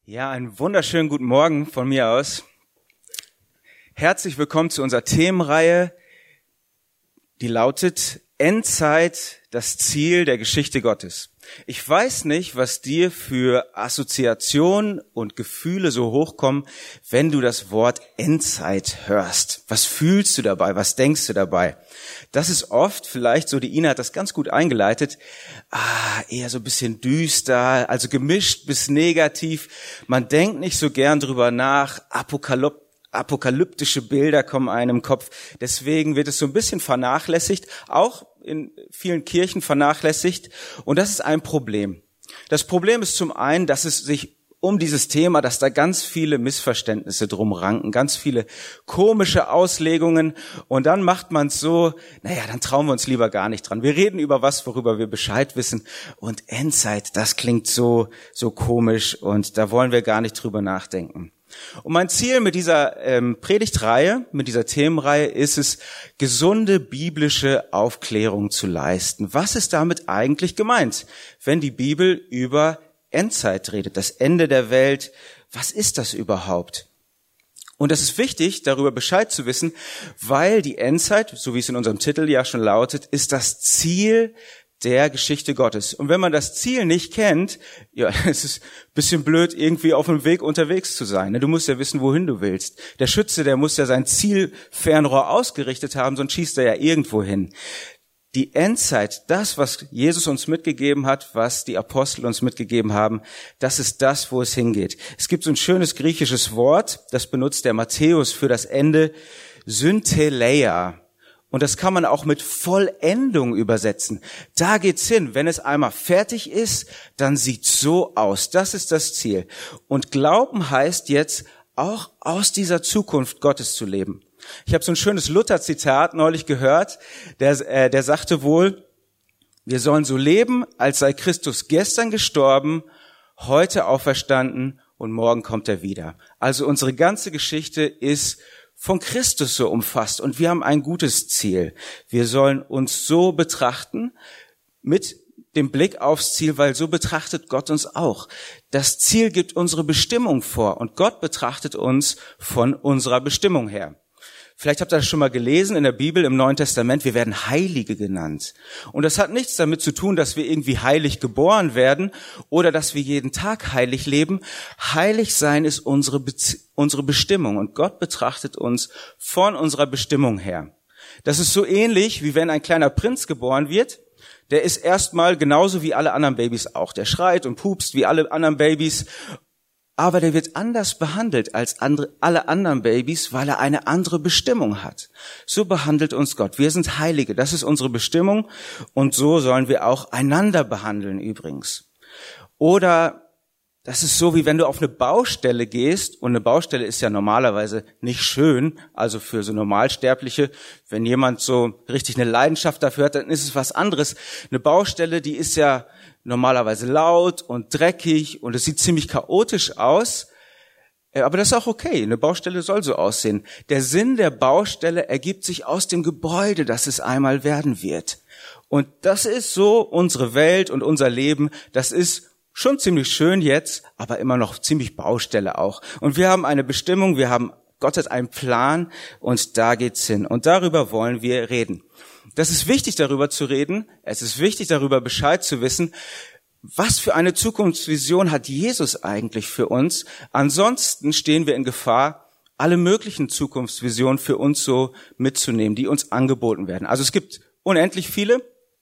Ja, einen wunderschönen guten Morgen von mir aus. Herzlich willkommen zu unserer Themenreihe, die lautet Endzeit, das Ziel der Geschichte Gottes. Ich weiß nicht, was dir für Assoziationen und Gefühle so hochkommen, wenn du das Wort Endzeit hörst. Was fühlst du dabei? Was denkst du dabei? Das ist oft, vielleicht so, die Ina hat das ganz gut eingeleitet, eher so ein bisschen düster, also gemischt bis negativ. Man denkt nicht so gern drüber nach, apokalyptische Bilder kommen einem im Kopf. Deswegen wird es so ein bisschen vernachlässigt, auch in vielen Kirchen vernachlässigt. Und das ist ein Problem. Das Problem ist zum einen, dass es sich um dieses Thema, dass da ganz viele Missverständnisse drum ranken, ganz viele komische Auslegungen. Und dann macht man es so, dann trauen wir uns lieber gar nicht dran. Wir reden über was, worüber wir Bescheid wissen. Und Endzeit, das klingt so komisch und da wollen wir gar nicht drüber nachdenken. Und mein Ziel mit dieser Predigtreihe, mit dieser Themenreihe ist es, gesunde biblische Aufklärung zu leisten. Was ist damit eigentlich gemeint, wenn die Bibel über Endzeit redet, das Ende der Welt? Was ist das überhaupt? Und es ist wichtig, darüber Bescheid zu wissen, weil die Endzeit, so wie es in unserem Titel ja schon lautet, ist das Ziel der Geschichte Gottes. Und wenn man das Ziel nicht kennt, es ist ein bisschen blöd, irgendwie auf dem Weg unterwegs zu sein. Du musst ja wissen, wohin du willst. Der Schütze, der muss ja sein Zielfernrohr ausgerichtet haben, sonst schießt er ja irgendwo hin. Die Endzeit, das, was Jesus uns mitgegeben hat, was die Apostel uns mitgegeben haben, das ist das, wo es hingeht. Es gibt so ein schönes griechisches Wort, das benutzt der Matthäus für das Ende, Syntheleia. Und das kann man auch mit Vollendung übersetzen. Da geht's hin. Wenn es einmal fertig ist, dann sieht's so aus. Das ist das Ziel. Und Glauben heißt jetzt, auch aus dieser Zukunft Gottes zu leben. Ich habe so ein schönes Luther-Zitat neulich gehört. Der sagte wohl, wir sollen so leben, als sei Christus gestern gestorben, heute auferstanden und morgen kommt er wieder. Also unsere ganze Geschichte ist von Christus so umfasst und wir haben ein gutes Ziel. Wir sollen uns so betrachten mit dem Blick aufs Ziel, weil so betrachtet Gott uns auch. Das Ziel gibt unsere Bestimmung vor und Gott betrachtet uns von unserer Bestimmung her. Vielleicht habt ihr das schon mal gelesen in der Bibel, im Neuen Testament, wir werden Heilige genannt. Und das hat nichts damit zu tun, dass wir irgendwie heilig geboren werden oder dass wir jeden Tag heilig leben. Heilig sein ist unsere Bestimmung und Gott betrachtet uns von unserer Bestimmung her. Das ist so ähnlich, wie wenn ein kleiner Prinz geboren wird. Der ist erstmal genauso wie alle anderen Babys auch. Der schreit und pupst wie alle anderen Babys. Aber der wird anders behandelt als alle anderen Babys, weil er eine andere Bestimmung hat. So behandelt uns Gott. Wir sind Heilige, das ist unsere Bestimmung und so sollen wir auch einander behandeln übrigens. Oder das ist so, wie wenn du auf eine Baustelle gehst und eine Baustelle ist ja normalerweise nicht schön, also für so Normalsterbliche. Wenn jemand so richtig eine Leidenschaft dafür hat, dann ist es was anderes. Eine Baustelle, die ist ja normalerweise laut und dreckig und es sieht ziemlich chaotisch aus, aber das ist auch okay. Eine Baustelle soll so aussehen. Der Sinn der Baustelle ergibt sich aus dem Gebäude, das es einmal werden wird. Und das ist so unsere Welt und unser Leben, das ist schon ziemlich schön jetzt, aber immer noch ziemlich Baustelle auch. Und wir haben eine Bestimmung, Gott hat einen Plan und da geht's hin. Und darüber wollen wir reden. Das ist wichtig, darüber zu reden. Es ist wichtig, darüber Bescheid zu wissen. Was für eine Zukunftsvision hat Jesus eigentlich für uns? Ansonsten stehen wir in Gefahr, alle möglichen Zukunftsvisionen für uns so mitzunehmen, die uns angeboten werden. Also es gibt unendlich viele,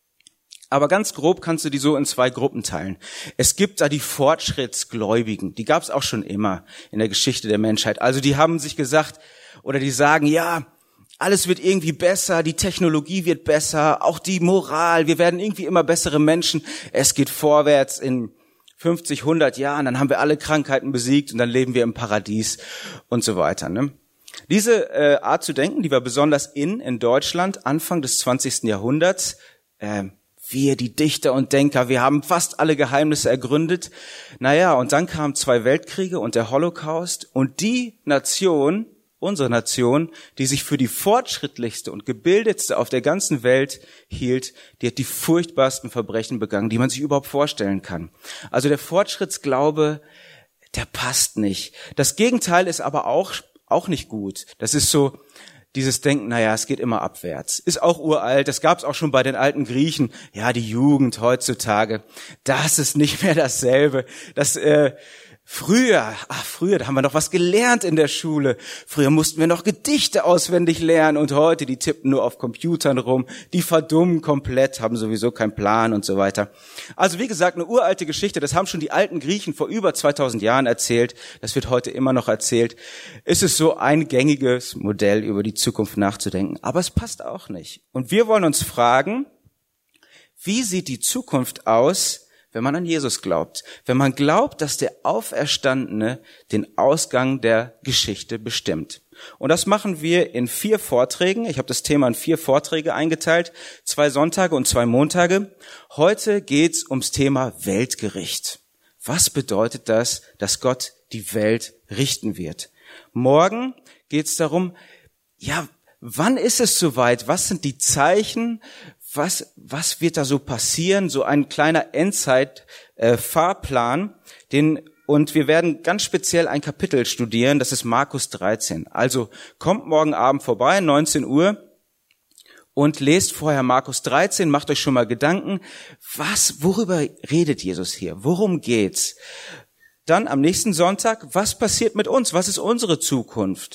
aber ganz grob kannst du die so in zwei Gruppen teilen. Es gibt da die Fortschrittsgläubigen, die gab es auch schon immer in der Geschichte der Menschheit. Also die haben sich gesagt, oder die sagen, ja, alles wird irgendwie besser, die Technologie wird besser, auch die Moral, wir werden irgendwie immer bessere Menschen. Es geht vorwärts in 50, 100 Jahren, dann haben wir alle Krankheiten besiegt und dann leben wir im Paradies und so weiter. Ne? Diese Art zu denken, die war besonders in Deutschland Anfang des 20. Jahrhunderts. Wir, die Dichter und Denker, wir haben fast alle Geheimnisse ergründet. Und dann kamen 2 Weltkriege und der Holocaust und die Nation, unsere Nation, die sich für die fortschrittlichste und gebildetste auf der ganzen Welt hielt, die hat die furchtbarsten Verbrechen begangen, die man sich überhaupt vorstellen kann. Also der Fortschrittsglaube, der passt nicht. Das Gegenteil ist aber auch nicht gut. Das ist so dieses Denken, naja, es geht immer abwärts. Ist auch uralt, das gab es auch schon bei den alten Griechen. Ja, die Jugend heutzutage, das ist nicht mehr dasselbe. Früher, da haben wir noch was gelernt in der Schule. Früher mussten wir noch Gedichte auswendig lernen und heute, die tippen nur auf Computern rum, die verdummen komplett, haben sowieso keinen Plan und so weiter. Also wie gesagt, eine uralte Geschichte, das haben schon die alten Griechen vor über 2000 Jahren erzählt, das wird heute immer noch erzählt. Es ist so ein gängiges Modell, über die Zukunft nachzudenken, aber es passt auch nicht. Und wir wollen uns fragen, wie sieht die Zukunft aus, wenn man an Jesus glaubt, wenn man glaubt, dass der Auferstandene den Ausgang der Geschichte bestimmt. Und das machen wir in 4 Vorträgen. Ich habe das Thema in 4 Vorträge eingeteilt, 2 Sonntage und 2 Montage. Heute geht's ums Thema Weltgericht. Was bedeutet das, dass Gott die Welt richten wird? Morgen geht's darum, ja, wann ist es soweit? Was sind die Zeichen? Was wird da so passieren? So ein kleiner Endzeit-Fahrplan, und wir werden ganz speziell ein Kapitel studieren, das ist Markus 13. Also kommt morgen Abend vorbei, 19 Uhr, und lest vorher Markus 13, macht euch schon mal Gedanken, worüber redet Jesus hier? Worum geht's? Dann am nächsten Sonntag, was passiert mit uns? Was ist unsere Zukunft?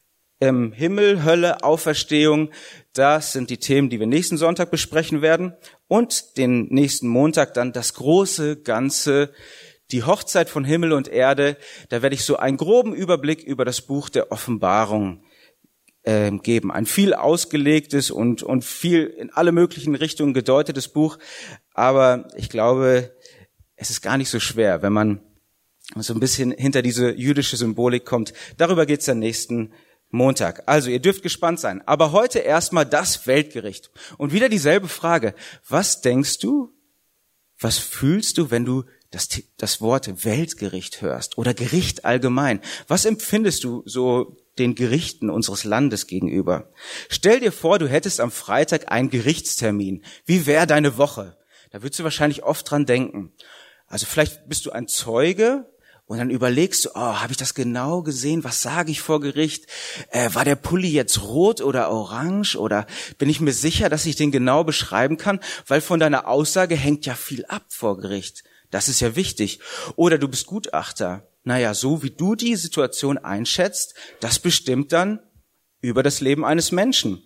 Himmel, Hölle, Auferstehung, das sind die Themen, die wir nächsten Sonntag besprechen werden. Und den nächsten Montag dann das große Ganze, die Hochzeit von Himmel und Erde. Da werde ich so einen groben Überblick über das Buch der Offenbarung geben. Ein viel ausgelegtes und viel in alle möglichen Richtungen gedeutetes Buch. Aber ich glaube, es ist gar nicht so schwer, wenn man so ein bisschen hinter diese jüdische Symbolik kommt. Darüber geht's am nächsten Montag. Also ihr dürft gespannt sein. Aber heute erstmal das Weltgericht. Und wieder dieselbe Frage. Was denkst du, was fühlst du, wenn du das Wort Weltgericht hörst oder Gericht allgemein? Was empfindest du so den Gerichten unseres Landes gegenüber? Stell dir vor, du hättest am Freitag einen Gerichtstermin. Wie wäre deine Woche? Da würdest du wahrscheinlich oft dran denken. Also vielleicht bist du ein Zeuge und dann überlegst du, habe ich das genau gesehen? Was sage ich vor Gericht? War der Pulli jetzt rot oder orange? Oder bin ich mir sicher, dass ich den genau beschreiben kann? Weil von deiner Aussage hängt ja viel ab vor Gericht. Das ist ja wichtig. Oder du bist Gutachter. Naja, so wie du die Situation einschätzt, das bestimmt dann über das Leben eines Menschen.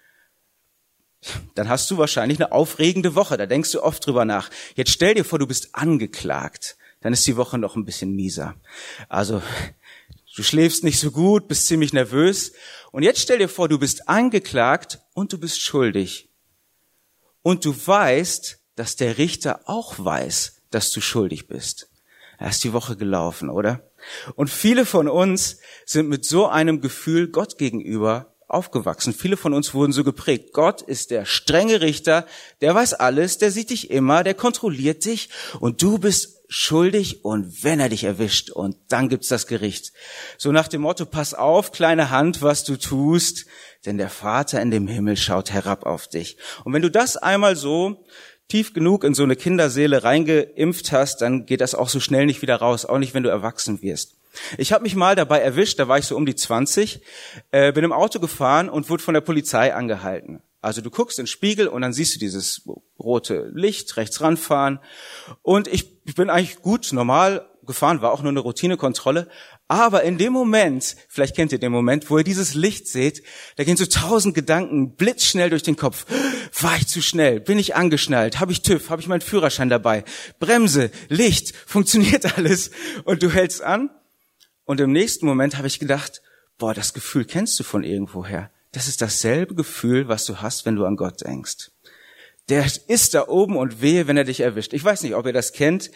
Dann hast du wahrscheinlich eine aufregende Woche. Da denkst du oft drüber nach. Jetzt stell dir vor, du bist angeklagt. Dann ist die Woche noch ein bisschen mieser. Also, du schläfst nicht so gut, bist ziemlich nervös. Und jetzt stell dir vor, du bist angeklagt und du bist schuldig. Und du weißt, dass der Richter auch weiß, dass du schuldig bist. Da ist die Woche gelaufen, oder? Und viele von uns sind mit so einem Gefühl Gott gegenüber aufgewachsen. Viele von uns wurden so geprägt. Gott ist der strenge Richter, der weiß alles, der sieht dich immer, der kontrolliert dich und du bist schuldig und wenn er dich erwischt und dann gibt's das Gericht. So nach dem Motto, pass auf, kleine Hand, was du tust, denn der Vater in dem Himmel schaut herab auf dich. Und wenn du das einmal so tief genug in so eine Kinderseele reingeimpft hast, dann geht das auch so schnell nicht wieder raus, auch nicht, wenn du erwachsen wirst. Ich habe mich mal dabei erwischt, da war ich so um die 20, bin im Auto gefahren und wurde von der Polizei angehalten. Also du guckst in den Spiegel und dann siehst du dieses rote Licht, rechts ranfahren. Und ich bin eigentlich gut, normal gefahren, war auch nur eine Routinekontrolle. Aber in dem Moment, vielleicht kennt ihr den Moment, wo ihr dieses Licht seht, da gehen so 1000 Gedanken blitzschnell durch den Kopf. War ich zu schnell? Bin ich angeschnallt? Habe ich TÜV? Habe ich meinen Führerschein dabei? Bremse, Licht, funktioniert alles? Und du hältst an. Und im nächsten Moment habe ich gedacht, das Gefühl kennst du von irgendwoher. Das ist dasselbe Gefühl, was du hast, wenn du an Gott denkst. Der ist da oben und wehe, wenn er dich erwischt. Ich weiß nicht, ob ihr das kennt,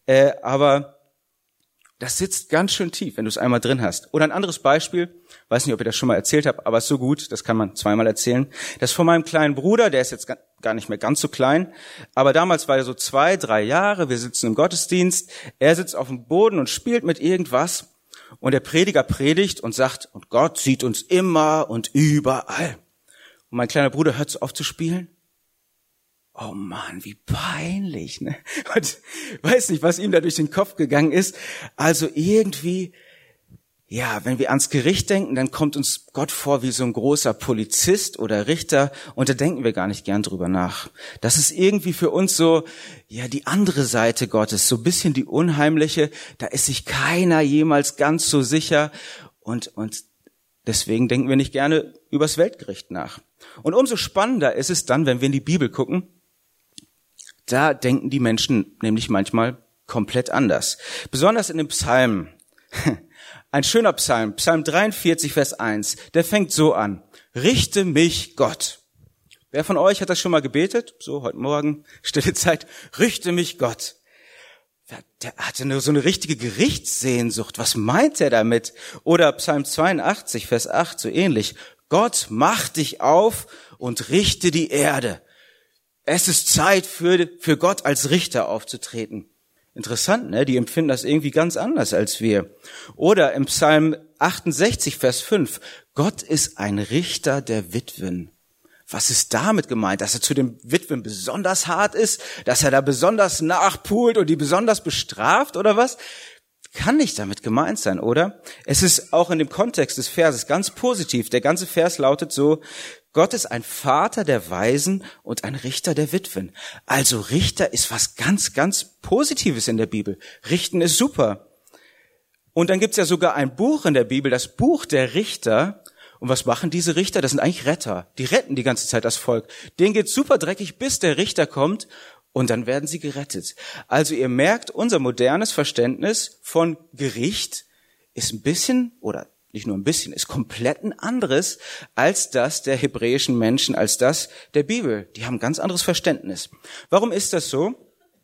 aber das sitzt ganz schön tief, wenn du es einmal drin hast. Oder ein anderes Beispiel, weiß nicht, ob ihr das schon mal erzählt habt, aber ist so gut, das kann man zweimal erzählen. Das ist von meinem kleinen Bruder, der ist jetzt gar nicht mehr ganz so klein, aber damals war er so 2, 3 Jahre, wir sitzen im Gottesdienst, er sitzt auf dem Boden und spielt mit irgendwas. Und der Prediger predigt und sagt, und Gott sieht uns immer und überall. Und mein kleiner Bruder hört so auf zu spielen oh Mann, wie peinlich, ne? Und weiß nicht, was ihm da durch den Kopf gegangen ist. Also irgendwie, ja, wenn wir ans Gericht denken, dann kommt uns Gott vor wie so ein großer Polizist oder Richter und da denken wir gar nicht gern drüber nach. Das ist irgendwie für uns so, ja, die andere Seite Gottes, so ein bisschen die unheimliche, da ist sich keiner jemals ganz so sicher und deswegen denken wir nicht gerne übers Weltgericht nach. Und umso spannender ist es dann, wenn wir in die Bibel gucken, da denken die Menschen nämlich manchmal komplett anders. Besonders in den Psalmen. Ein schöner Psalm, Psalm 43, Vers 1, der fängt so an. Richte mich, Gott. Wer von euch hat das schon mal gebetet? So, heute Morgen, stille Zeit. Richte mich, Gott. Der hatte so eine richtige Gerichtssehnsucht. Was meint er damit? Oder Psalm 82, Vers 8, so ähnlich. Gott, mach dich auf und richte die Erde. Es ist Zeit für Gott als Richter aufzutreten. Interessant, ne? Die empfinden das irgendwie ganz anders als wir. Oder im Psalm 68, Vers 5, Gott ist ein Richter der Witwen. Was ist damit gemeint? Dass er zu den Witwen besonders hart ist? Dass er da besonders nachpult und die besonders bestraft oder was? Kann nicht damit gemeint sein, oder? Es ist auch in dem Kontext des Verses ganz positiv. Der ganze Vers lautet so, Gott ist ein Vater der Waisen und ein Richter der Witwen. Also Richter ist was ganz, ganz Positives in der Bibel. Richten ist super. Und dann gibt's ja sogar ein Buch in der Bibel, das Buch der Richter. Und was machen diese Richter? Das sind eigentlich Retter. Die retten die ganze Zeit das Volk. Denen geht's super dreckig, bis der Richter kommt und dann werden sie gerettet. Also ihr merkt, unser modernes Verständnis von Gericht ist ein bisschen, oder nicht nur ein bisschen, ist komplett ein anderes als das der hebräischen Menschen, als das der Bibel. Die haben ein ganz anderes Verständnis. Warum ist das so?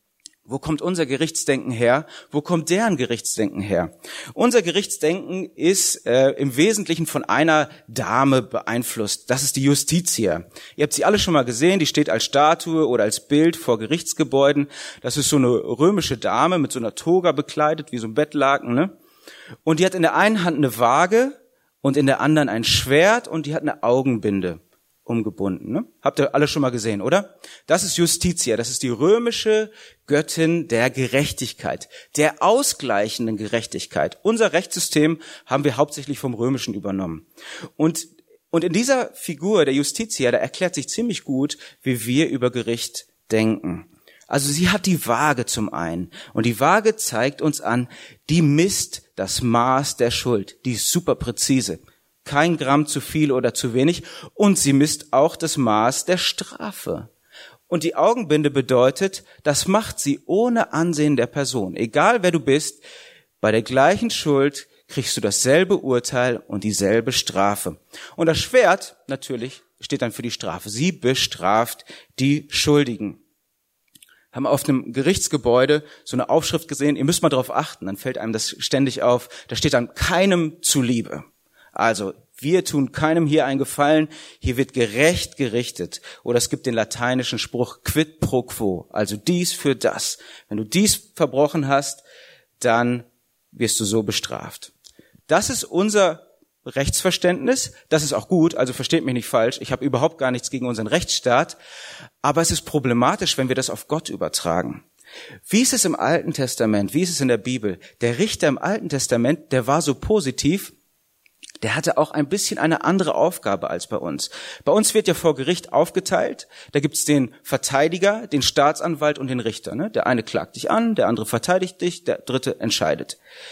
Wo kommt unser Gerichtsdenken her? Wo kommt deren Gerichtsdenken her? Unser Gerichtsdenken ist im Wesentlichen von einer Dame beeinflusst. Das ist die Justitia. Ihr habt sie alle schon mal gesehen. Die steht als Statue oder als Bild vor Gerichtsgebäuden. Das ist so eine römische Dame mit so einer Toga bekleidet, wie so ein Bettlaken, ne? Und die hat in der einen Hand eine Waage und in der anderen ein Schwert und die hat eine Augenbinde umgebunden. Ne? Habt ihr alle schon mal gesehen, oder? Das ist Justitia, das ist die römische Göttin der Gerechtigkeit, der ausgleichenden Gerechtigkeit. Unser Rechtssystem haben wir hauptsächlich vom Römischen übernommen. Und in dieser Figur der Justitia, da erklärt sich ziemlich gut, wie wir über Gericht denken. Also sie hat die Waage zum einen. Und die Waage zeigt uns an, die misst das Maß der Schuld. Die ist super präzise. Kein Gramm zu viel oder zu wenig. Und sie misst auch das Maß der Strafe. Und die Augenbinde bedeutet, das macht sie ohne Ansehen der Person. Egal wer du bist, bei der gleichen Schuld kriegst du dasselbe Urteil und dieselbe Strafe. Und das Schwert, natürlich, steht dann für die Strafe. Sie bestraft die Schuldigen. Haben auf einem Gerichtsgebäude so eine Aufschrift gesehen, ihr müsst mal drauf achten, dann fällt einem das ständig auf, da steht dann keinem zuliebe. Also, wir tun keinem hier einen Gefallen, hier wird gerecht gerichtet. Oder es gibt den lateinischen Spruch quid pro quo, also dies für das. Wenn du dies verbrochen hast, dann wirst du so bestraft. Das ist unser Rechtsverständnis, das ist auch gut, also versteht mich nicht falsch, ich habe überhaupt gar nichts gegen unseren Rechtsstaat, aber es ist problematisch, wenn wir das auf Gott übertragen. Wie ist es im Alten Testament, wie ist es in der Bibel? Der Richter im Alten Testament, der war so positiv, der hatte auch ein bisschen eine andere Aufgabe als bei uns. Bei uns wird ja vor Gericht aufgeteilt, da gibt's den Verteidiger, den Staatsanwalt und den Richter. Ne? Der eine klagt dich an, der andere verteidigt dich, der dritte entscheidet.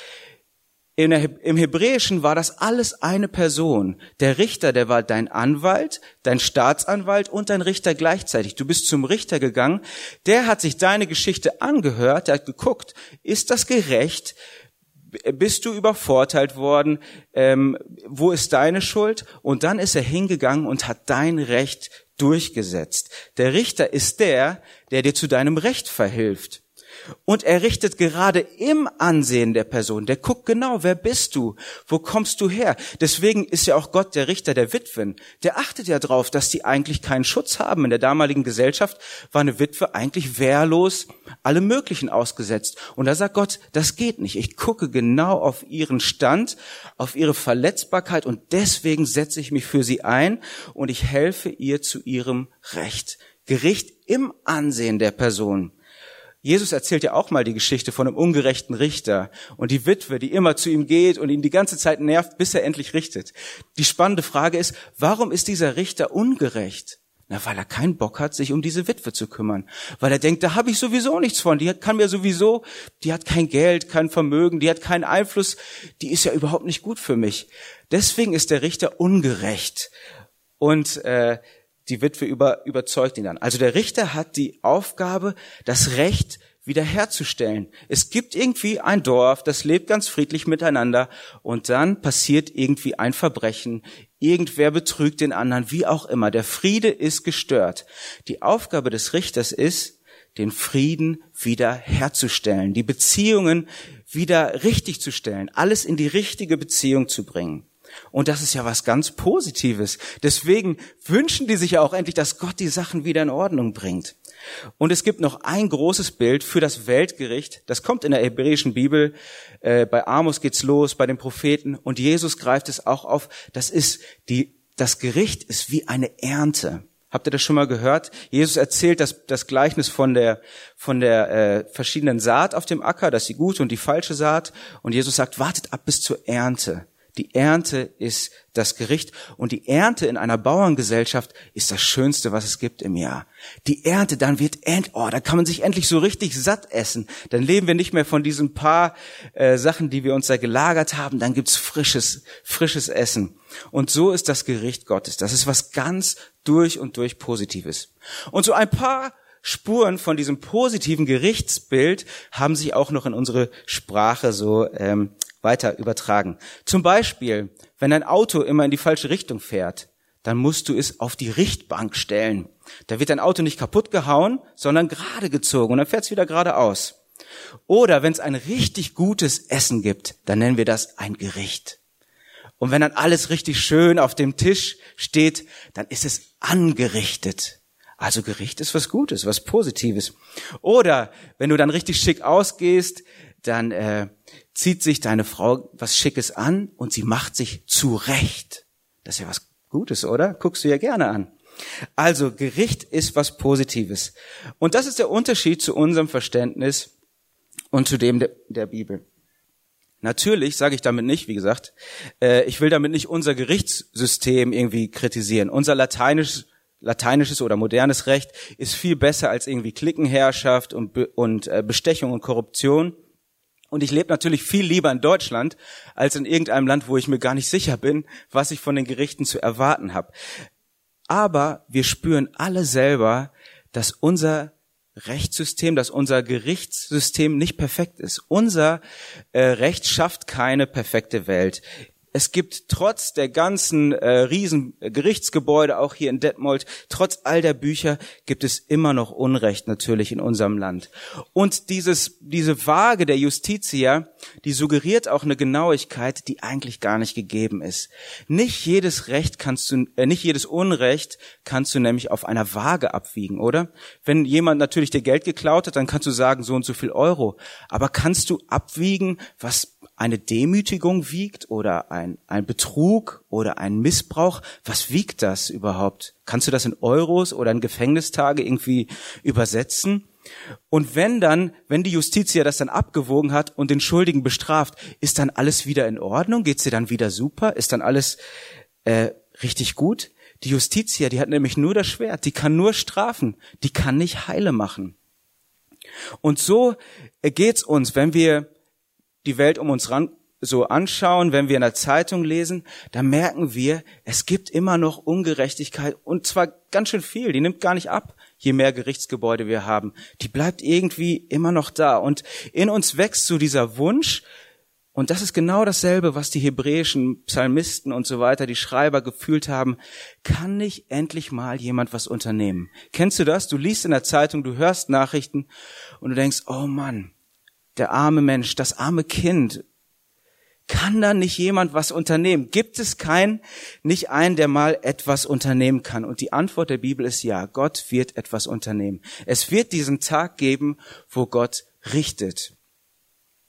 Im Hebräischen war das alles eine Person. Der Richter, der war dein Anwalt, dein Staatsanwalt und dein Richter gleichzeitig. Du bist zum Richter gegangen, der hat sich deine Geschichte angehört, der hat geguckt, ist das gerecht? Bist du übervorteilt worden? Wo ist deine Schuld? Und dann ist er hingegangen und hat dein Recht durchgesetzt. Der Richter ist der dir zu deinem Recht verhilft. Und er richtet gerade im Ansehen der Person. Der guckt genau, wer bist du? Wo kommst du her? Deswegen ist ja auch Gott der Richter der Witwen. Der achtet ja drauf, dass die eigentlich keinen Schutz haben. In der damaligen Gesellschaft war eine Witwe eigentlich wehrlos allem Möglichen ausgesetzt. Und da sagt Gott, das geht nicht. Ich gucke genau auf ihren Stand, auf ihre Verletzbarkeit und deswegen setze ich mich für sie ein und ich helfe ihr zu ihrem Recht. Gericht im Ansehen der Person. Jesus erzählt ja auch mal die Geschichte von einem ungerechten Richter und die Witwe, die immer zu ihm geht und ihn die ganze Zeit nervt, bis er endlich richtet. Die spannende Frage ist, warum ist dieser Richter ungerecht? Na, weil er keinen Bock hat, sich um diese Witwe zu kümmern. Weil er denkt, da habe ich sowieso nichts von. Die hat kein Geld, kein Vermögen, die hat keinen Einfluss, die ist ja überhaupt nicht gut für mich. Deswegen ist der Richter ungerecht. Und die Witwe überzeugt ihn dann. Also der Richter hat die Aufgabe, das Recht wiederherzustellen. Es gibt irgendwie ein Dorf, das lebt ganz friedlich miteinander und dann passiert irgendwie ein Verbrechen. Irgendwer betrügt den anderen, wie auch immer. Der Friede ist gestört. Die Aufgabe des Richters ist, den Frieden wiederherzustellen, die Beziehungen wieder richtig zu stellen, alles in die richtige Beziehung zu bringen. Und das ist ja was ganz Positives. Deswegen wünschen die sich ja auch endlich, dass Gott die Sachen wieder in Ordnung bringt. Und es gibt noch ein großes Bild für das Weltgericht. Das kommt in der hebräischen Bibel. Bei Amos geht's los, bei den Propheten. Und Jesus greift es auch auf. Das Gericht ist wie eine Ernte. Habt ihr das schon mal gehört? Jesus erzählt das Gleichnis von der verschiedenen Saat auf dem Acker, das ist die gute und die falsche Saat. Und Jesus sagt, wartet ab bis zur Ernte. Die Ernte ist das Gericht und die Ernte in einer Bauerngesellschaft ist das Schönste, was es gibt im Jahr. Die Ernte, dann da kann man sich endlich so richtig satt essen. Dann leben wir nicht mehr von diesen paar Sachen, die wir uns da gelagert haben. Dann gibt's frisches Essen. Und so ist das Gericht Gottes. Das ist was ganz durch und durch Positives. Und so ein paar Spuren von diesem positiven Gerichtsbild haben sich auch noch in unsere Sprache so weiter übertragen. Zum Beispiel, wenn ein Auto immer in die falsche Richtung fährt, dann musst du es auf die Richtbank stellen. Da wird dein Auto nicht kaputt gehauen, sondern gerade gezogen und dann fährt es wieder geradeaus. Oder wenn es ein richtig gutes Essen gibt, dann nennen wir das ein Gericht. Und wenn dann alles richtig schön auf dem Tisch steht, dann ist es angerichtet. Also Gericht ist was Gutes, was Positives. Oder wenn du dann richtig schick ausgehst, dann zieht sich deine Frau was Schickes an und sie macht sich zurecht. Das ist ja was Gutes, oder? Guckst du ja gerne an. Also Gericht ist was Positives. Und das ist der Unterschied zu unserem Verständnis und zu dem der Bibel. Natürlich sage ich damit nicht, wie gesagt, ich will damit nicht unser Gerichtssystem irgendwie kritisieren. Unser lateinisches oder modernes Recht ist viel besser als irgendwie Cliquenherrschaft und Bestechung und Korruption. Und ich lebe natürlich viel lieber in Deutschland als in irgendeinem Land, wo ich mir gar nicht sicher bin, was ich von den Gerichten zu erwarten habe. Aber wir spüren alle selber, dass unser Rechtssystem, dass unser Gerichtssystem nicht perfekt ist. Unser Recht schafft keine perfekte Welt. Es gibt trotz der ganzen riesen Gerichtsgebäude, auch hier in Detmold, trotz all der Bücher, gibt es immer noch Unrecht natürlich in unserem Land. Und diese Waage der Justitia, die suggeriert auch eine Genauigkeit, die eigentlich gar nicht gegeben ist. Nicht jedes Unrecht kannst du nämlich auf einer Waage abwiegen, oder? Wenn jemand natürlich dir Geld geklaut hat, dann kannst du sagen, so und so viel Euro. Aber kannst du abwiegen, was eine Demütigung wiegt oder ein Betrug oder ein Missbrauch? Was wiegt das überhaupt? Kannst du das in Euros oder in Gefängnistage irgendwie übersetzen? Und wenn die Justitia das dann abgewogen hat und den Schuldigen bestraft, ist dann alles wieder in Ordnung? Geht's dir dann wieder super? Ist dann alles richtig gut? Die Justitia, die hat nämlich nur das Schwert, die kann nur strafen, die kann nicht heile machen. Und so geht's uns, wenn wir die Welt um uns ran so anschauen, wenn wir in der Zeitung lesen, dann merken wir, es gibt immer noch Ungerechtigkeit und zwar ganz schön viel. Die nimmt gar nicht ab, je mehr Gerichtsgebäude wir haben. Die bleibt irgendwie immer noch da und in uns wächst so dieser Wunsch und das ist genau dasselbe, was die hebräischen Psalmisten und so weiter, die Schreiber gefühlt haben. Kann nicht endlich mal jemand was unternehmen? Kennst du das? Du liest in der Zeitung, du hörst Nachrichten und du denkst, oh Mann, der arme Mensch, das arme Kind, kann da nicht jemand was unternehmen? Gibt es nicht einen, der mal etwas unternehmen kann? Und die Antwort der Bibel ist ja, Gott wird etwas unternehmen. Es wird diesen Tag geben, wo Gott richtet.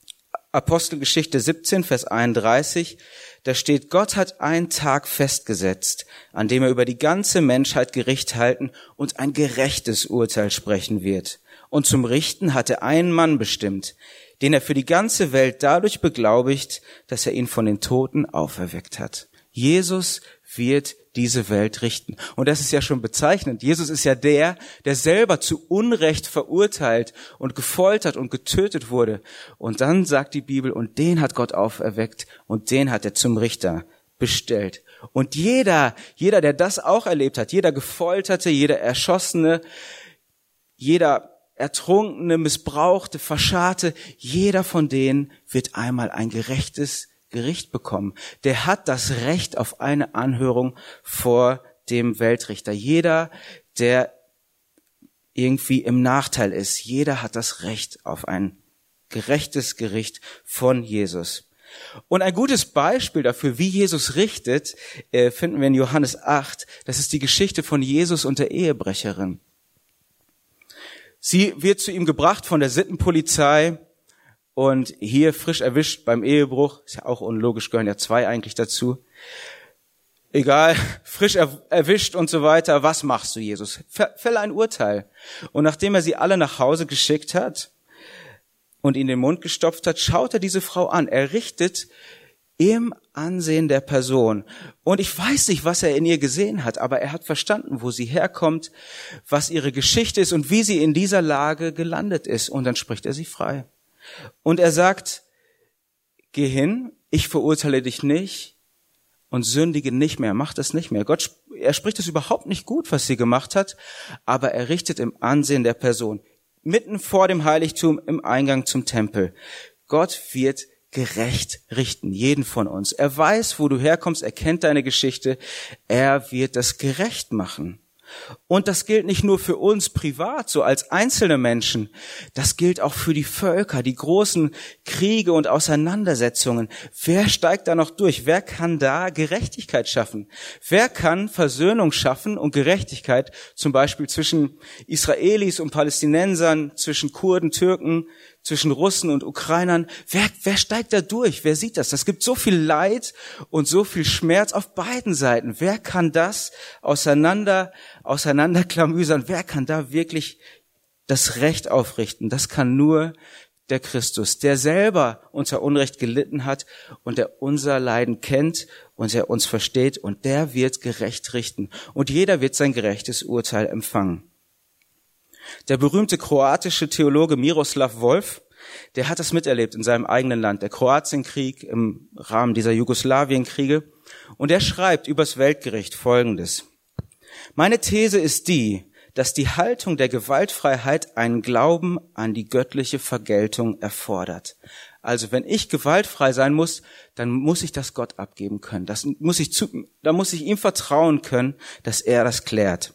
Apostelgeschichte 17, Vers 31, da steht, Gott hat einen Tag festgesetzt, an dem er über die ganze Menschheit Gericht halten und ein gerechtes Urteil sprechen wird. Und zum Richten hat er einen Mann bestimmt, den er für die ganze Welt dadurch beglaubigt, dass er ihn von den Toten auferweckt hat. Jesus wird diese Welt richten. Und das ist ja schon bezeichnend. Jesus ist ja der selber zu Unrecht verurteilt und gefoltert und getötet wurde. Und dann sagt die Bibel, und den hat Gott auferweckt und den hat er zum Richter bestellt. Und jeder, der das auch erlebt hat, jeder Gefolterte, jeder Erschossene, jeder Ertrunkene, Missbrauchte, Verscharrte, jeder von denen wird einmal ein gerechtes Gericht bekommen. Der hat das Recht auf eine Anhörung vor dem Weltrichter. Jeder, der irgendwie im Nachteil ist, jeder hat das Recht auf ein gerechtes Gericht von Jesus. Und ein gutes Beispiel dafür, wie Jesus richtet, finden wir in Johannes 8. Das ist die Geschichte von Jesus und der Ehebrecherin. Sie wird zu ihm gebracht von der Sittenpolizei und hier frisch erwischt beim Ehebruch. Ist ja auch unlogisch, gehören ja 2 eigentlich dazu. Egal, frisch erwischt und so weiter. Was machst du, Jesus? Fälle ein Urteil. Und nachdem er sie alle nach Hause geschickt hat und ihnen den Mund gestopft hat, schaut er diese Frau an. Er richtet im Ansehen der Person. Und ich weiß nicht, was er in ihr gesehen hat, aber er hat verstanden, wo sie herkommt, was ihre Geschichte ist und wie sie in dieser Lage gelandet ist. Und dann spricht er sie frei. Und er sagt, geh hin, ich verurteile dich nicht und sündige nicht mehr, mach das nicht mehr. Er spricht es überhaupt nicht gut, was sie gemacht hat, aber er richtet im Ansehen der Person, mitten vor dem Heiligtum, im Eingang zum Tempel. Gott wird gerecht richten, jeden von uns. Er weiß, wo du herkommst, er kennt deine Geschichte, er wird das gerecht machen. Und das gilt nicht nur für uns privat, so als einzelne Menschen, das gilt auch für die Völker, die großen Kriege und Auseinandersetzungen. Wer steigt da noch durch? Wer kann da Gerechtigkeit schaffen? Wer kann Versöhnung schaffen und Gerechtigkeit, zum Beispiel zwischen Israelis und Palästinensern, zwischen Kurden, Türken, zwischen Russen und Ukrainern? Wer steigt da durch? Wer sieht das? Das gibt so viel Leid und so viel Schmerz auf beiden Seiten. Wer kann das auseinanderklamüsern? Wer kann da wirklich das Recht aufrichten? Das kann nur der Christus, der selber unter Unrecht gelitten hat und der unser Leiden kennt und der uns versteht, und der wird gerecht richten. Und jeder wird sein gerechtes Urteil empfangen. Der berühmte kroatische Theologe Miroslav Volf, der hat das miterlebt in seinem eigenen Land, der Kroatienkrieg im Rahmen dieser Jugoslawienkriege. Und er schreibt übers Weltgericht Folgendes: Meine These ist die, dass die Haltung der Gewaltfreiheit einen Glauben an die göttliche Vergeltung erfordert. Also wenn ich gewaltfrei sein muss, dann muss ich das Gott abgeben können. Da muss ich ihm vertrauen können, dass er das klärt.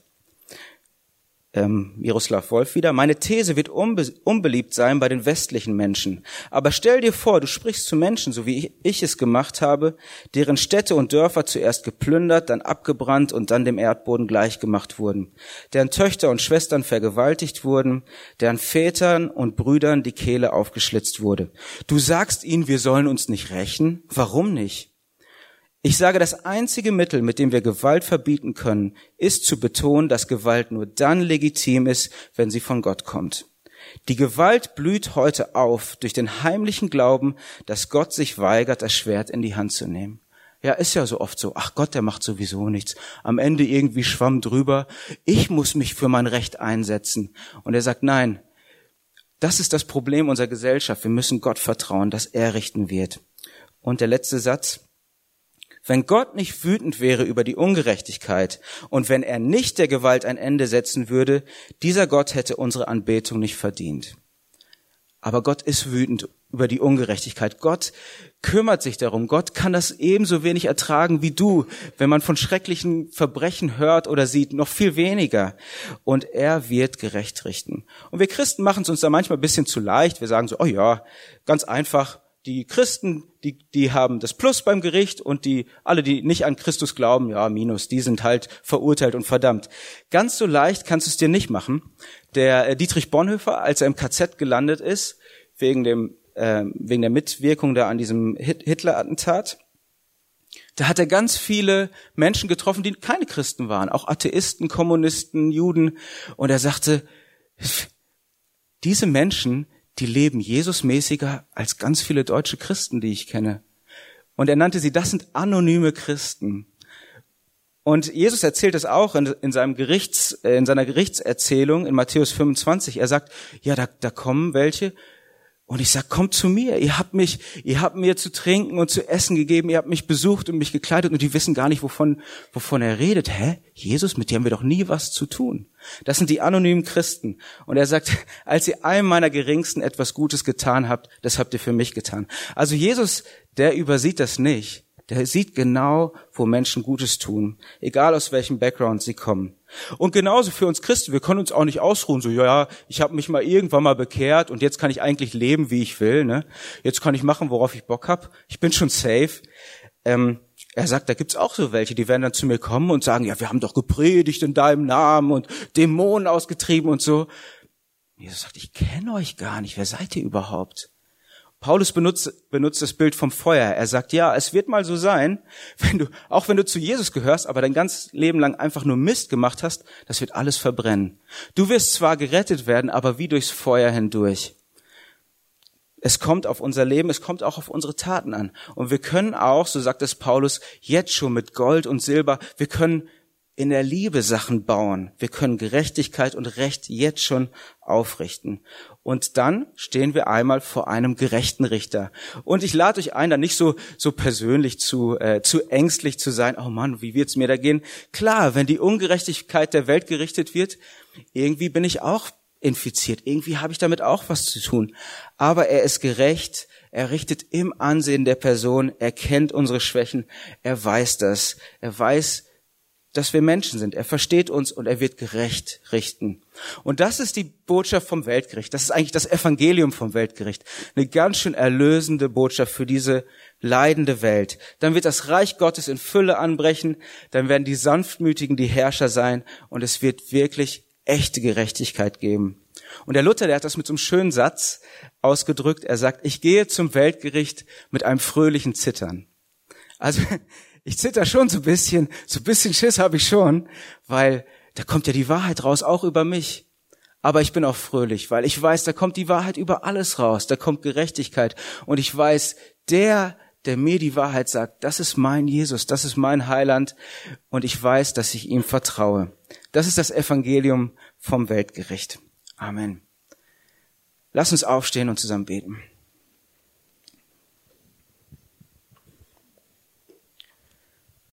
Miroslav Volf wieder: Meine These wird unbeliebt sein bei den westlichen Menschen. Aber stell dir vor, du sprichst zu Menschen, so wie ich es gemacht habe, deren Städte und Dörfer zuerst geplündert, dann abgebrannt und dann dem Erdboden gleichgemacht wurden, deren Töchter und Schwestern vergewaltigt wurden, deren Vätern und Brüdern die Kehle aufgeschlitzt wurde. Du sagst ihnen, wir sollen uns nicht rächen? Warum nicht? Ich sage, das einzige Mittel, mit dem wir Gewalt verbieten können, ist zu betonen, dass Gewalt nur dann legitim ist, wenn sie von Gott kommt. Die Gewalt blüht heute auf durch den heimlichen Glauben, dass Gott sich weigert, das Schwert in die Hand zu nehmen. Ja, ist ja so oft so. Ach Gott, der macht sowieso nichts. Am Ende irgendwie schwamm drüber. Ich muss mich für mein Recht einsetzen. Und er sagt, nein, das ist das Problem unserer Gesellschaft. Wir müssen Gott vertrauen, dass er richten wird. Und der letzte Satz: Wenn Gott nicht wütend wäre über die Ungerechtigkeit und wenn er nicht der Gewalt ein Ende setzen würde, dieser Gott hätte unsere Anbetung nicht verdient. Aber Gott ist wütend über die Ungerechtigkeit. Gott kümmert sich darum. Gott kann das ebenso wenig ertragen wie du. Wenn man von schrecklichen Verbrechen hört oder sieht, noch viel weniger. Und er wird gerecht richten. Und wir Christen machen es uns da manchmal ein bisschen zu leicht. Wir sagen so, oh ja, ganz einfach. Die Christen, die haben das Plus beim Gericht, und alle, die nicht an Christus glauben, ja, Minus, die sind halt verurteilt und verdammt. Ganz so leicht kannst du es dir nicht machen. Der Dietrich Bonhoeffer, als er im KZ gelandet ist, wegen dem wegen der Mitwirkung da an diesem Hitler-Attentat. Da hat er ganz viele Menschen getroffen, die keine Christen waren, auch Atheisten, Kommunisten, Juden. Und er sagte, diese Menschen, die leben Jesusmäßiger als ganz viele deutsche Christen, die ich kenne. Und er nannte sie, das sind anonyme Christen. Und Jesus erzählt es auch in seiner Gerichtserzählung in Matthäus 25. Er sagt, ja, da kommen welche. Und ich sag, kommt zu mir. Ihr habt mir zu trinken und zu essen gegeben. Ihr habt mich besucht und mich gekleidet. Und die wissen gar nicht, wovon er redet. Hä? Jesus, mit dem haben wir doch nie was zu tun. Das sind die anonymen Christen. Und er sagt, als ihr einem meiner Geringsten etwas Gutes getan habt, das habt ihr für mich getan. Also Jesus, der übersieht das nicht. Der sieht genau, wo Menschen Gutes tun, egal aus welchem Background sie kommen. Und genauso für uns Christen, wir können uns auch nicht ausruhen, so, ja, ich habe mich mal irgendwann mal bekehrt und jetzt kann ich eigentlich leben, wie ich will, ne? Jetzt kann ich machen, worauf ich Bock hab. Ich bin schon safe. Er sagt, da gibt's auch so welche, die werden dann zu mir kommen und sagen, ja, wir haben doch gepredigt in deinem Namen und Dämonen ausgetrieben und so. Jesus sagt, ich kenne euch gar nicht, wer seid ihr überhaupt? Paulus benutzt das Bild vom Feuer. Er sagt, ja, es wird mal so sein, wenn du zu Jesus gehörst, aber dein ganzes Leben lang einfach nur Mist gemacht hast, das wird alles verbrennen. Du wirst zwar gerettet werden, aber wie durchs Feuer hindurch. Es kommt auf unser Leben, es kommt auch auf unsere Taten an. Und wir können auch, so sagt es Paulus, jetzt schon mit Gold und Silber, wir können in der Liebe Sachen bauen. Wir können Gerechtigkeit und Recht jetzt schon aufrichten. Und dann stehen wir einmal vor einem gerechten Richter. Und ich lade euch ein, da nicht so persönlich zu ängstlich zu sein. Oh Mann, wie wird's mir da gehen? Klar, wenn die Ungerechtigkeit der Welt gerichtet wird, irgendwie bin ich auch infiziert. Irgendwie habe ich damit auch was zu tun. Aber er ist gerecht. Er richtet im Ansehen der Person. Er kennt unsere Schwächen. Er weiß das. Er weiß, dass wir Menschen sind. Er versteht uns und er wird gerecht richten. Und das ist die Botschaft vom Weltgericht. Das ist eigentlich das Evangelium vom Weltgericht. Eine ganz schön erlösende Botschaft für diese leidende Welt. Dann wird das Reich Gottes in Fülle anbrechen. Dann werden die Sanftmütigen die Herrscher sein und es wird wirklich echte Gerechtigkeit geben. Und der Luther, der hat das mit so einem schönen Satz ausgedrückt. Er sagt, ich gehe zum Weltgericht mit einem fröhlichen Zittern. Also ich zitter schon so ein bisschen Schiss habe ich schon, weil da kommt ja die Wahrheit raus, auch über mich. Aber ich bin auch fröhlich, weil ich weiß, da kommt die Wahrheit über alles raus, da kommt Gerechtigkeit. Und ich weiß, der mir die Wahrheit sagt, das ist mein Jesus, das ist mein Heiland. Und ich weiß, dass ich ihm vertraue. Das ist das Evangelium vom Weltgericht. Amen. Lass uns aufstehen und zusammen beten.